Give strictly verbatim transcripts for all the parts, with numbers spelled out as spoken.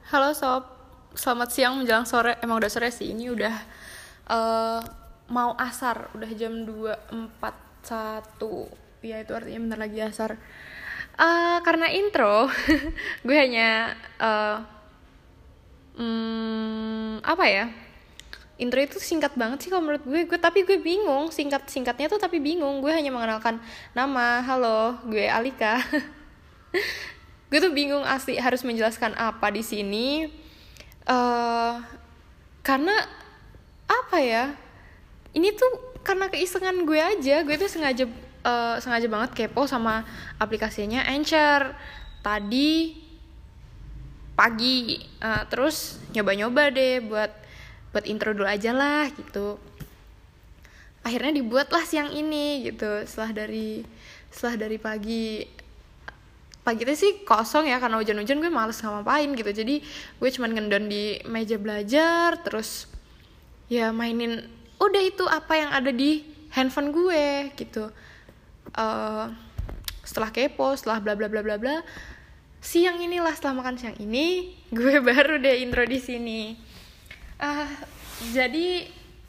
Halo sob, selamat siang menjelang sore. Emang udah sore sih, ini udah uh, mau asar. Udah jam dua empat satu. Ya itu artinya bentar lagi asar. uh, Karena intro, gue hanya uh, hmm, Apa ya, intro itu singkat banget sih kalau menurut gue. Gue tapi gue bingung singkat-singkatnya tuh, tapi bingung. Gue hanya mengenalkan nama, halo, gue Alika. Gue tuh bingung asli harus menjelaskan apa di sini, uh, karena apa ya? Ini tuh karena keisengan gue aja. Gue tuh sengaja uh, sengaja banget kepo sama aplikasinya Anchor tadi pagi, uh, terus nyoba-nyoba deh buat buat intro dulu aja lah gitu. Akhirnya dibuatlah siang ini gitu. Setelah dari setelah dari pagi pagi itu sih kosong ya, karena hujan-hujan gue males ngapain gitu. Jadi gue cuman ngendon di meja belajar, terus ya mainin udah itu apa yang ada di handphone gue gitu. Uh, setelah kepo, setelah bla bla bla bla bla, siang inilah, setelah makan siang ini gue baru deh intro di sini. Uh, jadi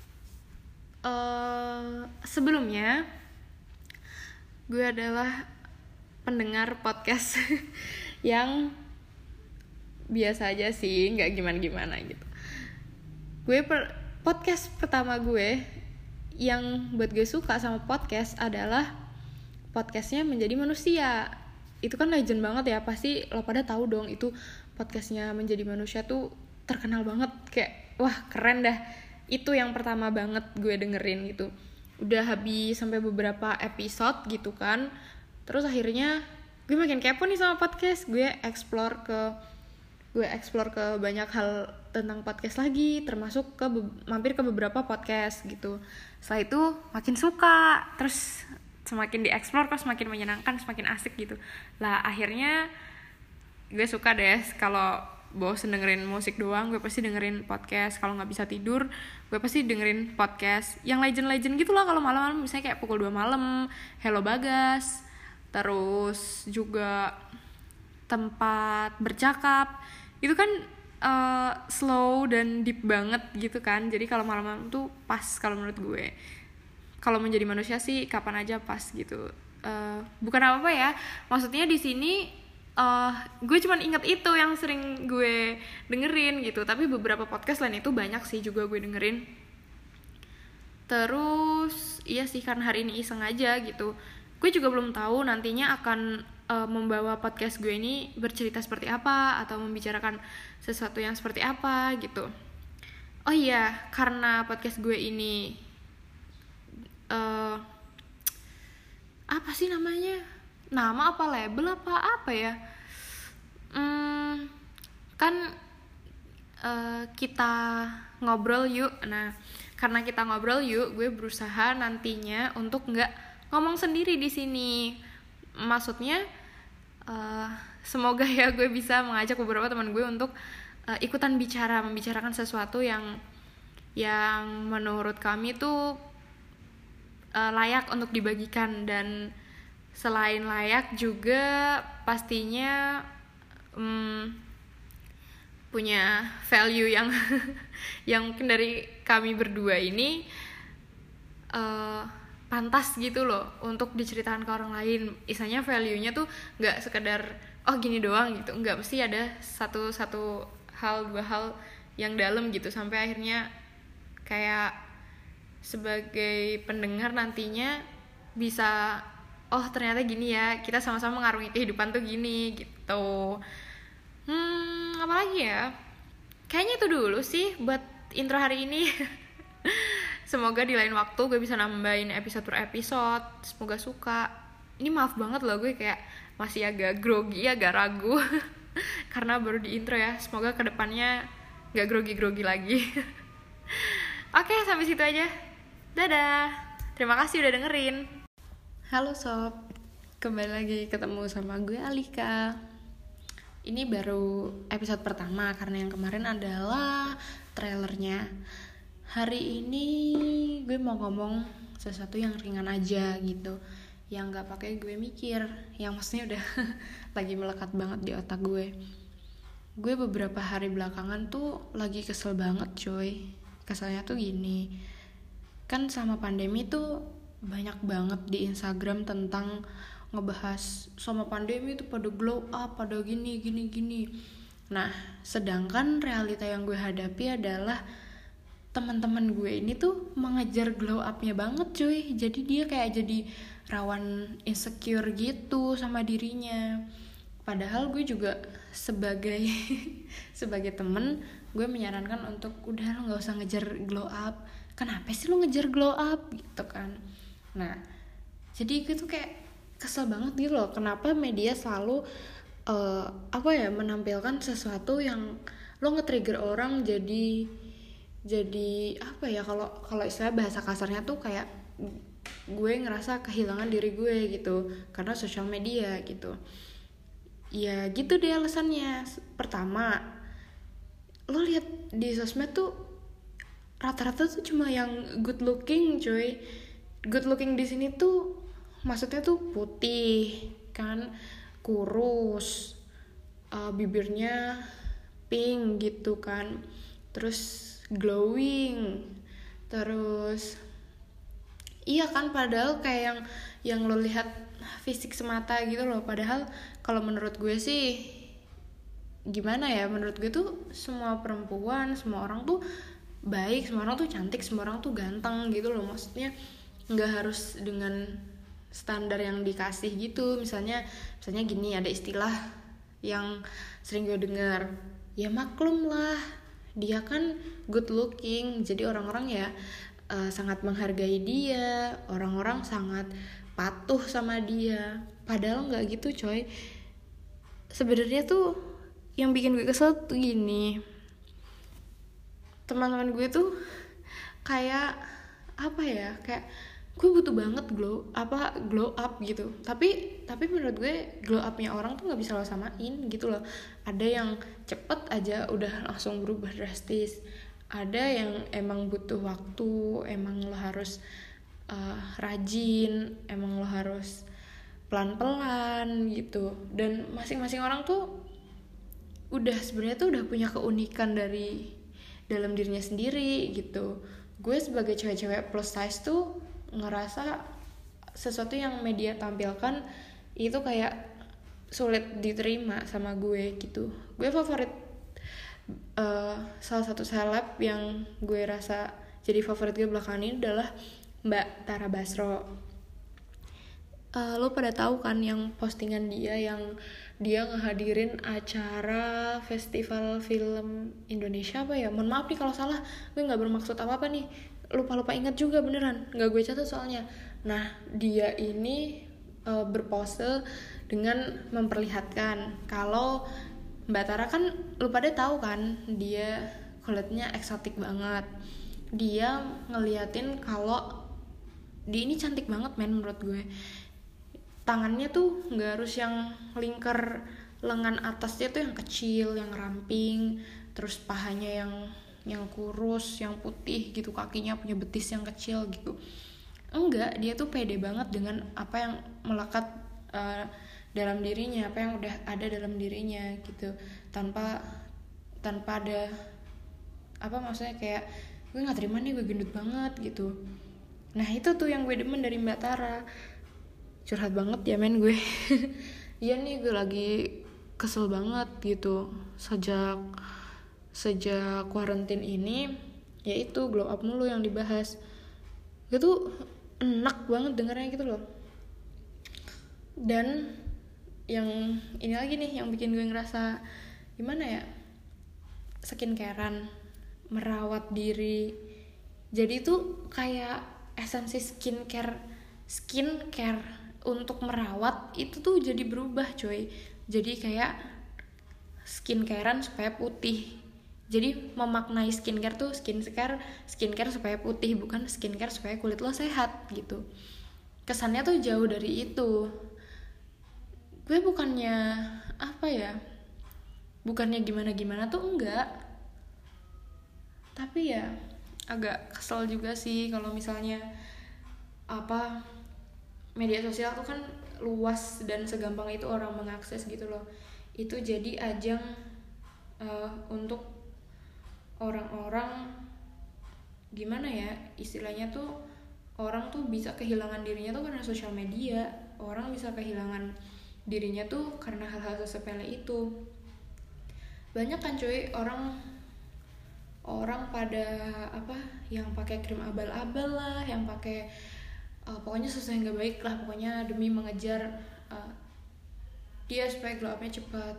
uh, sebelumnya gue adalah pendengar podcast yang biasa aja sih, nggak gimana-gimana gitu. Gue per, podcast pertama gue yang buat gue suka sama podcast adalah podcastnya Menjadi Manusia. Itu kan legend banget ya, pasti lo pada tahu dong itu podcastnya Menjadi Manusia tuh terkenal banget, kayak wah keren dah. Itu yang pertama banget gue dengerin gitu. Udah habis sampai beberapa episode gitu kan. Terus akhirnya gue makin kepo nih sama podcast. Gue explore ke gue explore ke banyak hal tentang podcast lagi, termasuk ke mampir ke beberapa podcast gitu. Setelah itu makin suka, terus semakin dieksplor kok semakin menyenangkan, semakin asik gitu. Lah akhirnya gue suka deh kalau bosen dengerin musik doang, gue pasti dengerin podcast. Kalau nggak bisa tidur, gue pasti dengerin podcast yang legend-legend gitu lah. Kalau malam-malam misalnya kayak pukul dua malam, Hello Bagas, terus juga Tempat Bercakap, itu kan uh, slow dan deep banget gitu kan. Jadi kalau malam-malam tuh pas kalau menurut gue. Kalau Menjadi Manusia sih kapan aja pas gitu. Uh, bukan apa-apa ya, maksudnya di sini uh, gue cuman inget itu yang sering gue dengerin gitu. Tapi beberapa podcast lain itu banyak sih juga gue dengerin. Terus iya sih, karena hari ini iseng aja gitu. Gue juga belum tahu nantinya akan uh, membawa podcast gue ini bercerita seperti apa, atau membicarakan sesuatu yang seperti apa gitu. Oh iya, karena podcast gue ini uh, apa sih namanya? Nama apa label apa apa ya? Hmm, kan uh, kita ngobrol yuk. Nah, karena kita ngobrol yuk, gue berusaha nantinya untuk nggak ngomong sendiri di sini. Maksudnya uh, semoga ya gue bisa mengajak beberapa teman gue untuk uh, ikutan bicara, membicarakan sesuatu yang yang menurut kami tuh uh, layak untuk dibagikan, dan selain layak juga pastinya um, punya value yang yang mungkin dari kami berdua ini uh, pantas gitu loh untuk diceritakan ke orang lain. Istilahnya value-nya tuh nggak sekedar oh gini doang gitu, nggak, mesti ada satu satu hal dua hal yang dalam gitu, sampai akhirnya kayak sebagai pendengar nantinya bisa oh ternyata gini ya, kita sama-sama mengarungi kehidupan tuh gini gitu. Hmm apa lagi ya, kayaknya itu dulu sih buat intro hari ini. Semoga di lain waktu gue bisa nambahin episode per episode. Semoga suka. Ini maaf banget loh, gue kayak masih agak grogi, agak ragu karena baru di intro ya. Semoga kedepannya gak grogi-grogi lagi. Oke, sampai situ aja. Dadah. Terima kasih udah dengerin. Halo sob, kembali lagi ketemu sama gue Alika. Ini baru episode pertama karena yang kemarin adalah trailernya. Hari ini gue mau ngomong sesuatu yang ringan aja gitu, yang gak pakai gue mikir, yang maksudnya udah lagi melekat banget di otak gue. gue beberapa hari belakangan tuh lagi kesel banget coy. Keselnya tuh gini, kan sama pandemi tuh banyak banget di Instagram tentang ngebahas sama pandemi tuh pada glow up, pada gini gini gini. Nah, sedangkan realita yang gue hadapi adalah teman-teman gue ini tuh mengejar glow upnya banget cuy. Jadi dia kayak jadi rawan insecure gitu sama dirinya. Padahal gue juga sebagai sebagai temen, gue menyarankan untuk udah lo nggak usah ngejar glow up. Kenapa sih lo ngejar glow up gitu kan? Nah, jadi gue tuh kayak kesel banget gitu loh. Kenapa media selalu uh, apa ya menampilkan sesuatu yang lo nge-trigger orang jadi jadi apa ya, kalau kalau istilah bahasa kasarnya tuh kayak gue ngerasa kehilangan diri gue gitu karena sosial media gitu. Ya gitu deh alasannya. Pertama, lo lihat di sosmed tuh rata-rata tuh cuma yang good looking cuy. Good looking di sini tuh maksudnya tuh putih kan, kurus, uh, bibirnya pink gitu kan, terus glowing, terus iya kan, padahal kayak yang yang lo lihat fisik semata gitu loh. Padahal kalau menurut gue sih gimana ya, menurut gue tuh semua perempuan, semua orang tuh baik, semua orang tuh cantik, semua orang tuh ganteng gitu loh. Maksudnya nggak harus dengan standar yang dikasih gitu. Misalnya misalnya gini, ada istilah yang sering gue dengar, ya maklum lah dia kan good looking, jadi orang-orang ya uh, sangat menghargai dia, orang-orang sangat patuh sama dia. Padahal nggak gitu coy. Sebenarnya tuh yang bikin gue kesel tuh gini, teman-teman gue tuh kayak apa ya, kayak gue butuh banget glow apa glow up gitu, tapi tapi menurut gue glow upnya orang tuh nggak bisa lo samain gitu loh. Ada yang cepet aja udah langsung berubah drastis, ada yang emang butuh waktu, emang lo harus uh, rajin, emang lo harus pelan-pelan gitu. Dan masing-masing orang tuh udah sebenarnya tuh udah punya keunikan dari dalam dirinya sendiri gitu. Gue sebagai cewek-cewek plus size tuh ngerasa sesuatu yang media tampilkan itu kayak sulit diterima sama gue gitu. Gue favorit uh, salah satu seleb yang gue rasa jadi favorit gue belakangan ini adalah Mbak Tara Basro. Uh, lo pada tahu kan yang postingan dia yang dia ngehadirin acara festival film Indonesia apa ya? Mohon maaf nih kalau salah, gue nggak bermaksud apa-apa nih. Lupa-lupa ingat juga beneran, nggak gue catat soalnya. Nah, dia ini uh, berpose dengan memperlihatkan kalau Mbak Tara kan, lu pada tahu kan, dia kulitnya eksotik banget. Dia ngeliatin kalau dia ini cantik banget men menurut gue. Tangannya tuh nggak harus yang lingkar lengan atasnya tuh yang kecil, yang ramping, terus pahanya yang yang kurus, yang putih gitu, kakinya punya betis yang kecil gitu. Enggak, dia tuh pede banget dengan apa yang melekat uh, dalam dirinya, apa yang udah ada dalam dirinya gitu, tanpa tanpa ada apa maksudnya kayak gue nggak terima nih gue gendut banget gitu. Nah itu tuh yang gue demen dari Mbak Tara. Curhat banget ya men gue. Iya nih gue lagi kesel banget gitu sejak sejak quarantine ini, yaitu glow up mulu yang dibahas. Itu enak banget dengarnya gitu loh. Dan yang ini lagi nih yang bikin gue ngerasa gimana ya, skincarean, merawat diri. Jadi itu kayak esensi skincare skincare untuk merawat itu tuh jadi berubah coy. Jadi kayak skincarean supaya putih. Jadi memaknai skincare tuh skincare skincare supaya putih, bukan skincare supaya kulit lo sehat gitu. Kesannya tuh jauh dari itu. Gue bukannya apa ya, bukannya gimana-gimana tuh enggak, tapi ya agak kesel juga sih kalau misalnya apa media sosial tuh kan luas dan segampang itu orang mengakses gitu loh. Itu jadi ajang uh, untuk orang-orang, gimana ya istilahnya tuh, orang tuh bisa kehilangan dirinya tuh karena sosial media. Orang bisa kehilangan dirinya tuh karena hal-hal sepele itu. Banyak kan cuy orang orang pada apa yang pakai krim abal-abal lah, yang pakai uh, pokoknya sesuatu yang gak baik lah, pokoknya demi mengejar uh, dia supaya glow up-nya cepat.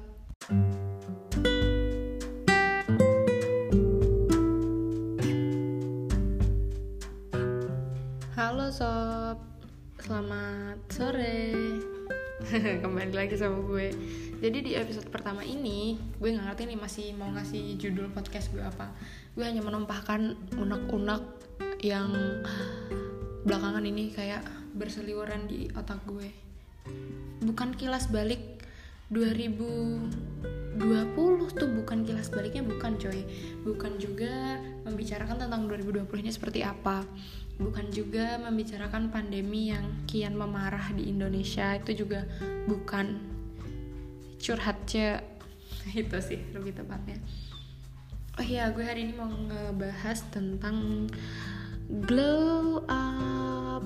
Halo sob, selamat sore. Kembali lagi sama gue. Jadi di episode pertama ini gue gak ngerti nih masih mau ngasih judul podcast gue apa. Gue hanya menumpahkan unek-unek yang belakangan ini kayak berseliweran di otak gue. Bukan kilas balik dua ribu dua puluh tuh, bukan kilas baliknya, bukan coy. Bukan juga membicarakan tentang dua ribu dua puluh ini seperti apa. Bukan juga membicarakan pandemi yang kian memarah di Indonesia, itu juga bukan. Curhatnya itu sih lebih tepatnya. Oh iya, gue hari ini mau ngebahas tentang glow up.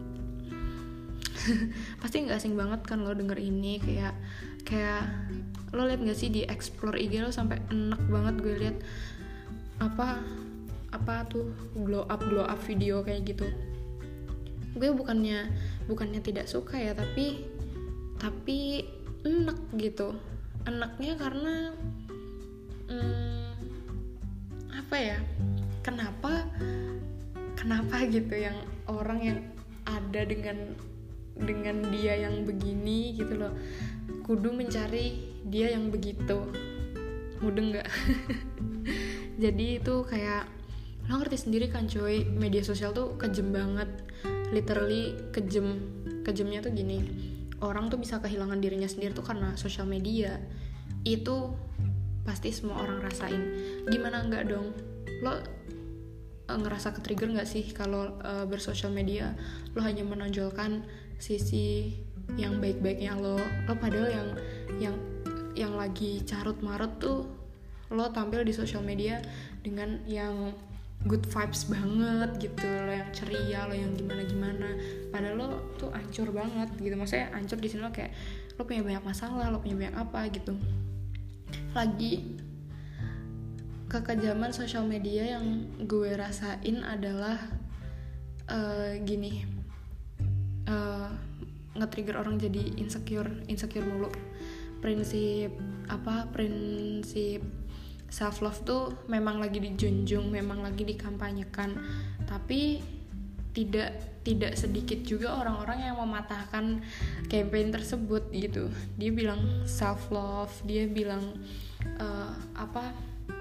Pasti nggak asing banget kan lo denger ini, kayak kayak lo liat nggak sih di explore I G lo sampai enak banget gue liat apa apa tuh glow up glow up video kayak gitu. Gue bukannya bukannya tidak suka ya, tapi tapi enak gitu. Enaknya karena hmm, apa ya? Kenapa kenapa gitu yang orang yang ada dengan dengan dia yang begini gitu loh, kudu mencari dia yang begitu. Mudeng nggak? Jadi itu kayak lo ngerti sendiri kan coy, media sosial tuh kejem banget, literally kejem. Kejemnya tuh gini, orang tuh bisa kehilangan dirinya sendiri tuh karena sosial media. Itu pasti semua orang rasain. Gimana enggak dong? Lo uh, ngerasa ke-trigger nggak sih kalau uh, bersosial media lo hanya menonjolkan sisi yang baik-baiknya lo, lo padahal yang yang yang lagi carut marut tuh lo tampil di sosial media dengan yang good vibes banget gitu, lo yang ceria, lo yang gimana-gimana, padahal lo tuh hancur banget gitu. Maksudnya hancur di sini lo kayak lo punya banyak masalah, lo punya banyak apa gitu. Lagi kekejaman sosial media yang gue rasain adalah uh, gini, uh, nge-trigger orang jadi insecure, insecure mulu. Prinsip apa? Prinsip self love tuh memang lagi dijunjung, memang lagi dikampanyekan, tapi tidak tidak sedikit juga orang-orang yang mematahkan campaign tersebut gitu. Dia bilang self love, dia bilang uh, apa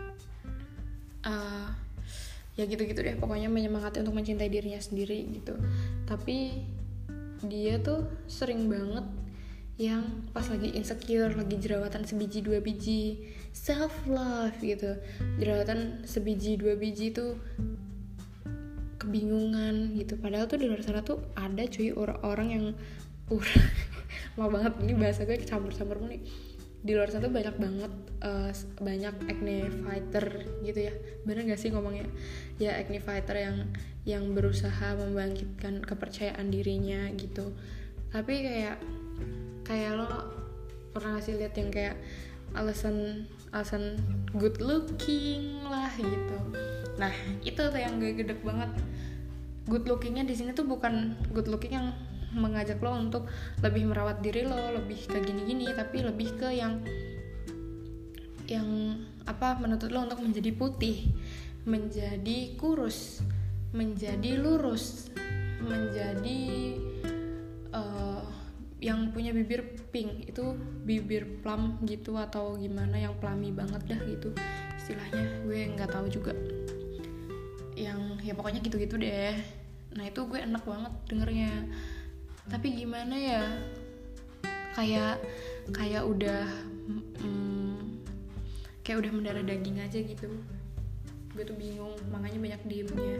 uh, ya gitu-gitu deh, pokoknya menyemangati untuk mencintai dirinya sendiri gitu. Tapi dia tuh sering banget yang pas lagi insecure, lagi jerawatan sebiji dua biji, self love gitu, jerawatan sebiji dua biji tuh kebingungan gitu. Padahal tuh di luar sana tuh ada cuy orang-orang yang uh, mau banget ini bahasa gue kecampur-campur nih. Di luar sana tuh banyak banget uh, banyak acne fighter gitu ya, bener gak sih ngomongnya ya, acne fighter yang yang berusaha membangkitkan kepercayaan dirinya gitu. Tapi kayak kayak lo pernah ngasih lihat yang kayak alasan alasan good looking lah gitu. Nah itu tuh yang gue gedek banget. Good lookingnya di sini tuh bukan good looking yang mengajak lo untuk lebih merawat diri lo, lebih ke gini-gini, tapi lebih ke yang yang apa menuntut lo untuk menjadi putih, menjadi kurus, menjadi lurus, menjadi uh, yang punya bibir pink, itu bibir plum gitu atau gimana, yang plummy banget dah gitu istilahnya, gue nggak tahu juga. Yang ya pokoknya gitu-gitu deh. Nah itu gue enak banget dengernya. Tapi gimana ya, kayak kayak udah mm, kayak udah mendarah daging aja gitu. Gue tuh bingung, makanya banyak diemnya.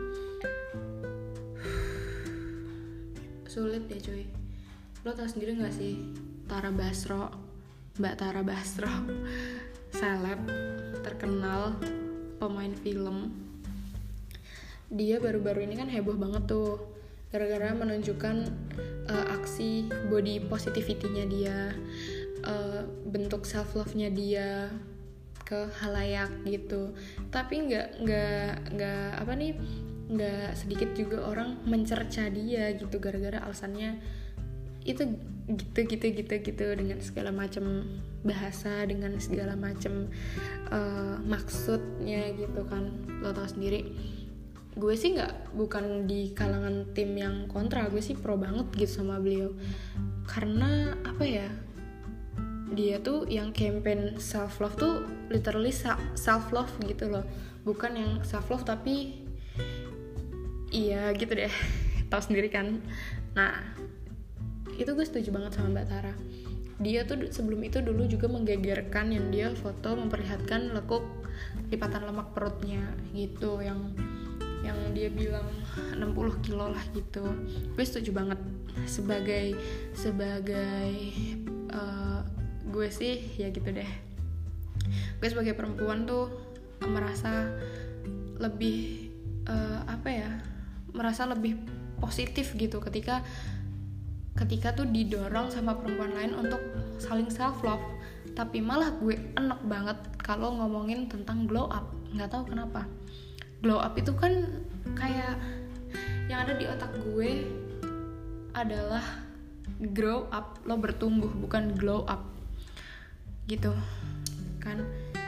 Sulit deh cuy. Lo tau sendiri gak sih Tara Basro, Mbak Tara Basro, seleb terkenal, pemain film. Dia baru-baru ini kan heboh banget tuh gara-gara menunjukkan uh, aksi body positivity-nya dia, uh, bentuk self love-nya dia ke halayak gitu. Tapi nggak nggak nggak apa nih nggak sedikit juga orang mencerca dia gitu gara-gara alasannya itu gitu gitu gitu gitu dengan segala macam bahasa, dengan segala macam uh, maksudnya gitu kan. Lo tau sendiri, gue sih nggak bukan di kalangan tim yang kontra, gue sih pro banget gitu sama beliau karena apa ya, dia tuh yang campaign self love tuh literally self love gitu loh, bukan yang self love tapi iya gitu deh, tahu sendiri kan. Nah itu gue setuju banget sama Mbak Tara. Dia tuh sebelum itu dulu juga menggegerkan yang dia foto memperlihatkan lekuk lipatan lemak perutnya gitu, yang yang dia bilang enam puluh kilo lah gitu. Gue setuju banget sebagai sebagai uh, gue sih ya gitu deh. Gue sebagai perempuan tuh merasa lebih uh, apa ya merasa lebih positif gitu ketika ketika tuh didorong sama perempuan lain untuk saling self love. Tapi malah gue enek banget kalau ngomongin tentang glow up. Nggak tahu kenapa. Glow up itu kan kayak yang ada di otak gue adalah grow up, lo bertumbuh, bukan glow up gitu kan.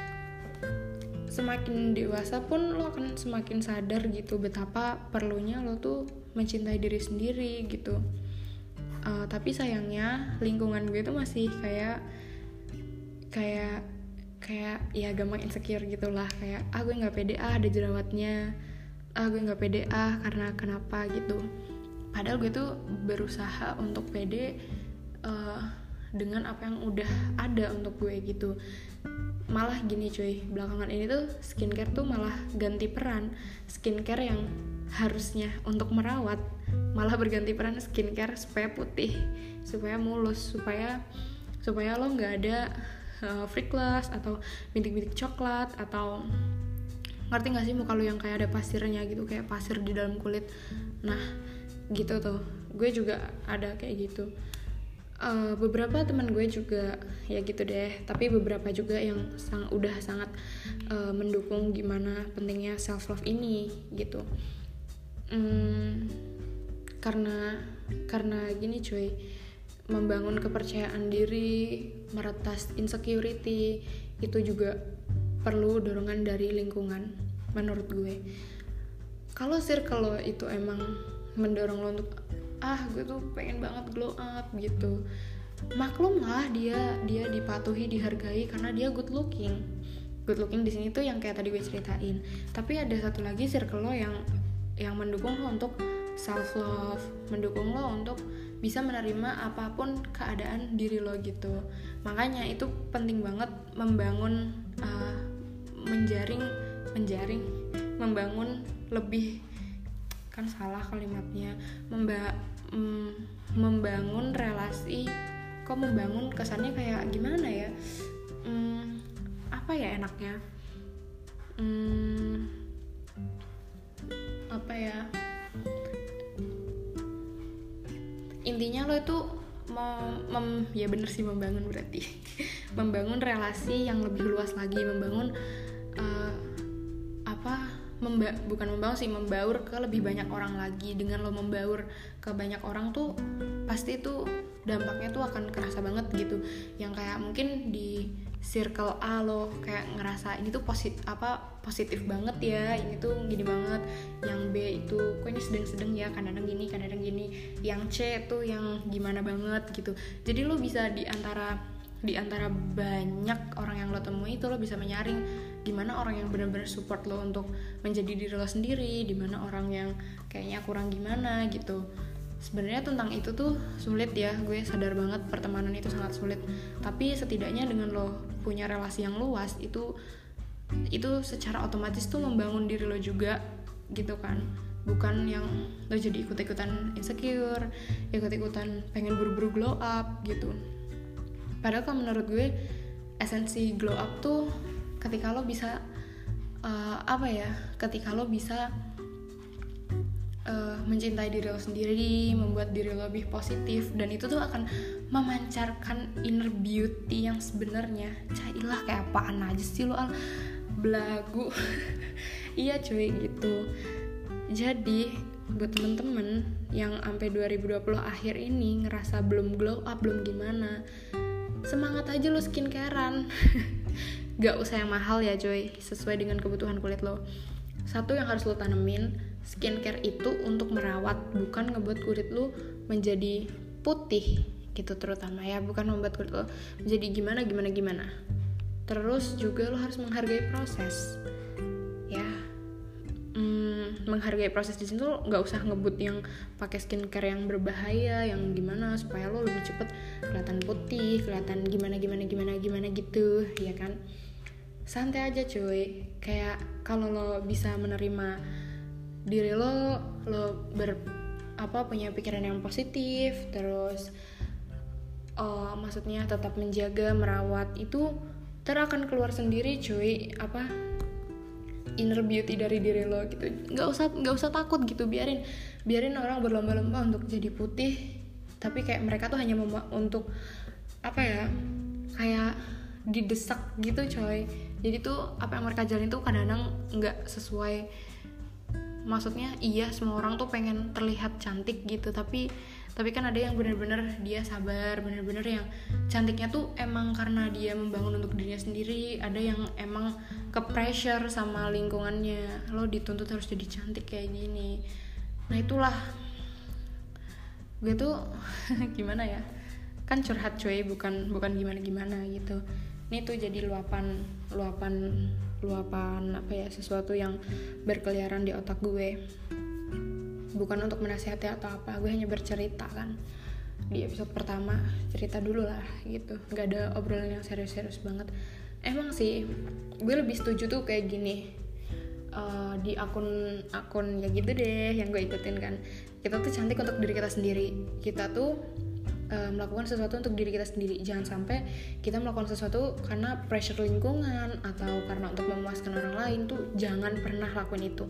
Semakin dewasa pun lo akan semakin sadar gitu betapa perlunya lo tuh mencintai diri sendiri gitu. Uh, tapi sayangnya lingkungan gue tuh masih kayak kayak kayak ya gampang insecure gitulah, kayak ah gue nggak pede ah ada jerawatnya, ah gue nggak pede ah karena kenapa gitu. Padahal gue tuh berusaha untuk pede uh, dengan apa yang udah ada untuk gue gitu. Malah gini cuy, belakangan ini tuh skincare tuh malah ganti peran. Skincare yang harusnya untuk merawat malah berganti peran skincare supaya putih, supaya mulus, supaya supaya lo nggak ada uh, freckles atau bintik-bintik coklat, atau ngerti nggak sih muka lo yang kayak ada pasirnya gitu, kayak pasir di dalam kulit. Nah gitu tuh, gue juga ada kayak gitu. Uh, beberapa teman gue juga ya gitu deh, tapi beberapa juga yang sang, udah sangat uh, mendukung gimana pentingnya self love ini gitu. Hmm, karena karena gini cuy, membangun kepercayaan diri, meretas insecurity itu juga perlu dorongan dari lingkungan menurut gue. Kalau circle lo itu emang mendorong lo untuk ah gue tuh pengen banget glow up gitu, maklum lah dia dia dipatuhi, dihargai karena dia good looking. Good looking di sini tuh yang kayak tadi gue ceritain. Tapi ada satu lagi circle lo yang yang mendukung lo untuk self love, mendukung lo untuk bisa menerima apapun keadaan diri lo gitu. Makanya itu penting banget membangun uh, menjaring menjaring membangun lebih kan salah kalimatnya memba mm, membangun relasi. Kok membangun kesannya kayak gimana ya, mm, apa ya enaknya, mm, apa ya intinya lo itu mau mem, ya bener sih membangun berarti membangun relasi yang lebih luas lagi, membangun uh, apa Memba- bukan membangun sih, membaur ke lebih banyak orang lagi. Dengan lo membaur ke banyak orang tuh pasti tuh dampaknya tuh akan kerasa banget gitu. Yang kayak mungkin di circle A lo kayak ngerasa ini tuh positif apa positif banget ya, ini tuh gini banget. Yang B itu kok ini sedang-sedang ya, kadang-kadang gini kadang-kadang gini. Yang C tuh yang gimana banget gitu. Jadi lo bisa di antara di antara banyak orang yang lo temui itu lo bisa menyaring di mana orang yang benar-benar support lo untuk menjadi diri lo sendiri, di mana orang yang kayaknya kurang gimana gitu. Sebenarnya tentang itu tuh sulit ya, gue sadar banget pertemanan itu sangat sulit. Tapi setidaknya dengan lo punya relasi yang luas itu itu secara otomatis tuh membangun diri lo juga gitu kan. Bukan yang lo jadi ikut-ikutan insecure, ikut-ikutan pengen buru-buru glow up gitu. Padahal kalau menurut gue esensi glow up tuh ketika lo bisa uh, apa ya ketika lo bisa uh, mencintai diri lo sendiri, membuat diri lo lebih positif, dan itu tuh akan memancarkan inner beauty yang sebenarnya. Cailah, kayak apaan aja sih lo, Al, belagu. Iya cuy, gitu. Jadi buat temen-temen yang sampai dua ribu dua puluh akhir ini ngerasa belum glow up, belum gimana, semangat aja lo skincarean. Gak usah yang mahal ya cuy, sesuai dengan kebutuhan kulit lo. Satu yang harus lo tanemin, skincare itu untuk merawat, bukan ngebuat kulit lo menjadi putih gitu, terutama ya, bukan membuat kulit lo menjadi gimana gimana gimana. Terus juga lo harus menghargai proses ya. Hmm, menghargai proses di sini tuh nggak usah ngebut yang pakai skincare yang berbahaya, yang gimana supaya lo lebih cepet kelihatan putih, kelihatan gimana gimana gimana gimana gitu, ya kan? Santai aja cuy. Kayak kalau lo bisa menerima diri lo, lo ber apa punya pikiran yang positif, terus oh, maksudnya tetap menjaga, merawat, itu ter akan keluar sendiri cuy, apa inner beauty dari diri lo gitu. Nggak usah nggak usah takut gitu, biarin biarin orang berlomba-lomba untuk jadi putih, tapi kayak mereka tuh hanya mem- untuk apa ya, kayak didesak gitu coy. Jadi tuh apa yang mereka jalin tuh kadang-kadang nggak sesuai. Maksudnya iya, semua orang tuh pengen terlihat cantik gitu, tapi tapi kan ada yang benar-benar dia sabar, benar-benar yang cantiknya tuh emang karena dia membangun untuk dirinya sendiri. Ada yang emang ke pressure sama lingkungannya, lo dituntut harus jadi cantik kayak gini. Nah itulah gue tuh gimana ya, kan curhat cuy, bukan bukan gimana-gimana gitu. Ini tuh jadi luapan luapan luapan apa ya, sesuatu yang berkeliaran di otak gue, bukan untuk menasihati atau apa. Gue hanya bercerita kan di episode pertama, cerita dulu lah gitu, nggak ada obrolan yang serius-serius banget. Emang sih gue lebih setuju tuh kayak gini, uh, di akun akun ya gitu deh yang gue ikutin kan. Kita tuh cantik untuk diri kita sendiri, kita tuh uh, melakukan sesuatu untuk diri kita sendiri. Jangan sampai kita melakukan sesuatu karena pressure lingkungan atau karena untuk memuaskan orang lain. Tuh jangan pernah lakuin itu.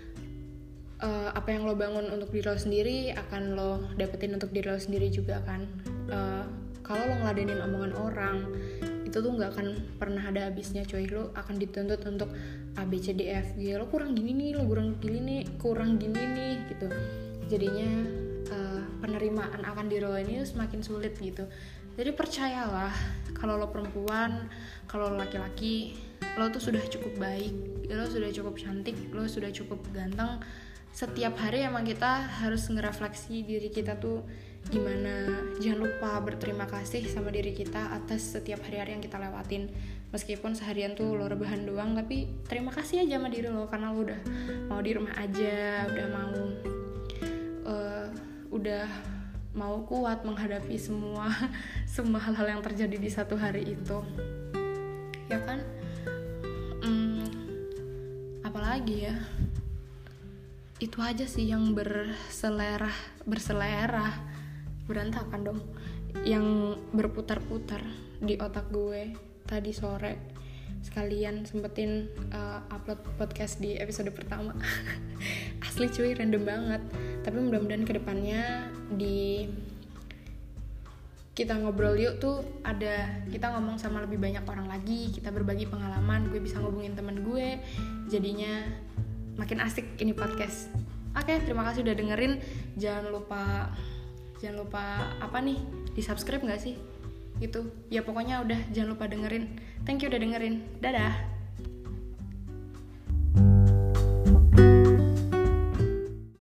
Uh, apa yang lo bangun untuk diri lo sendiri akan lo dapetin untuk diri lo sendiri juga kan. Uh, kalau lo ngeladenin omongan orang, itu tuh nggak akan pernah ada habisnya coy. Lo akan dituntut untuk A B C D F G, lo kurang gini nih, lo kurang gini nih, kurang gini nih gitu. Jadinya uh, penerimaan akan diri lo ini semakin sulit gitu. Jadi percayalah, kalau lo perempuan, kalau lo laki-laki, lo tuh sudah cukup baik, lo sudah cukup cantik, lo sudah cukup ganteng. Setiap hari emang kita harus ngerefleksi diri kita tuh gimana. Jangan lupa berterima kasih sama diri kita atas setiap hari-hari yang kita lewatin. Meskipun seharian tuh lo rebahan doang, tapi terima kasih aja sama diri lo karena lo udah mau di rumah aja, udah mau uh, udah mau kuat menghadapi semua semua hal-hal yang terjadi di satu hari itu, ya kan? Hmm, apalagi ya, itu aja sih yang berselera berselera berantakan dong, yang berputar-putar di otak gue tadi sore. Sekalian sempetin uh, upload podcast di episode pertama. Asli cuy, random banget. Tapi mudah-mudahan kedepannya di kita ngobrol yuk tuh ada, kita ngomong sama lebih banyak orang lagi, kita berbagi pengalaman, gue bisa ngubungin teman gue, jadinya makin asik ini podcast. Oke, terima kasih udah dengerin. Jangan lupa jangan lupa apa nih, di subscribe nggak sih gitu ya, pokoknya udah jangan lupa dengerin. Thank you udah dengerin, dadah.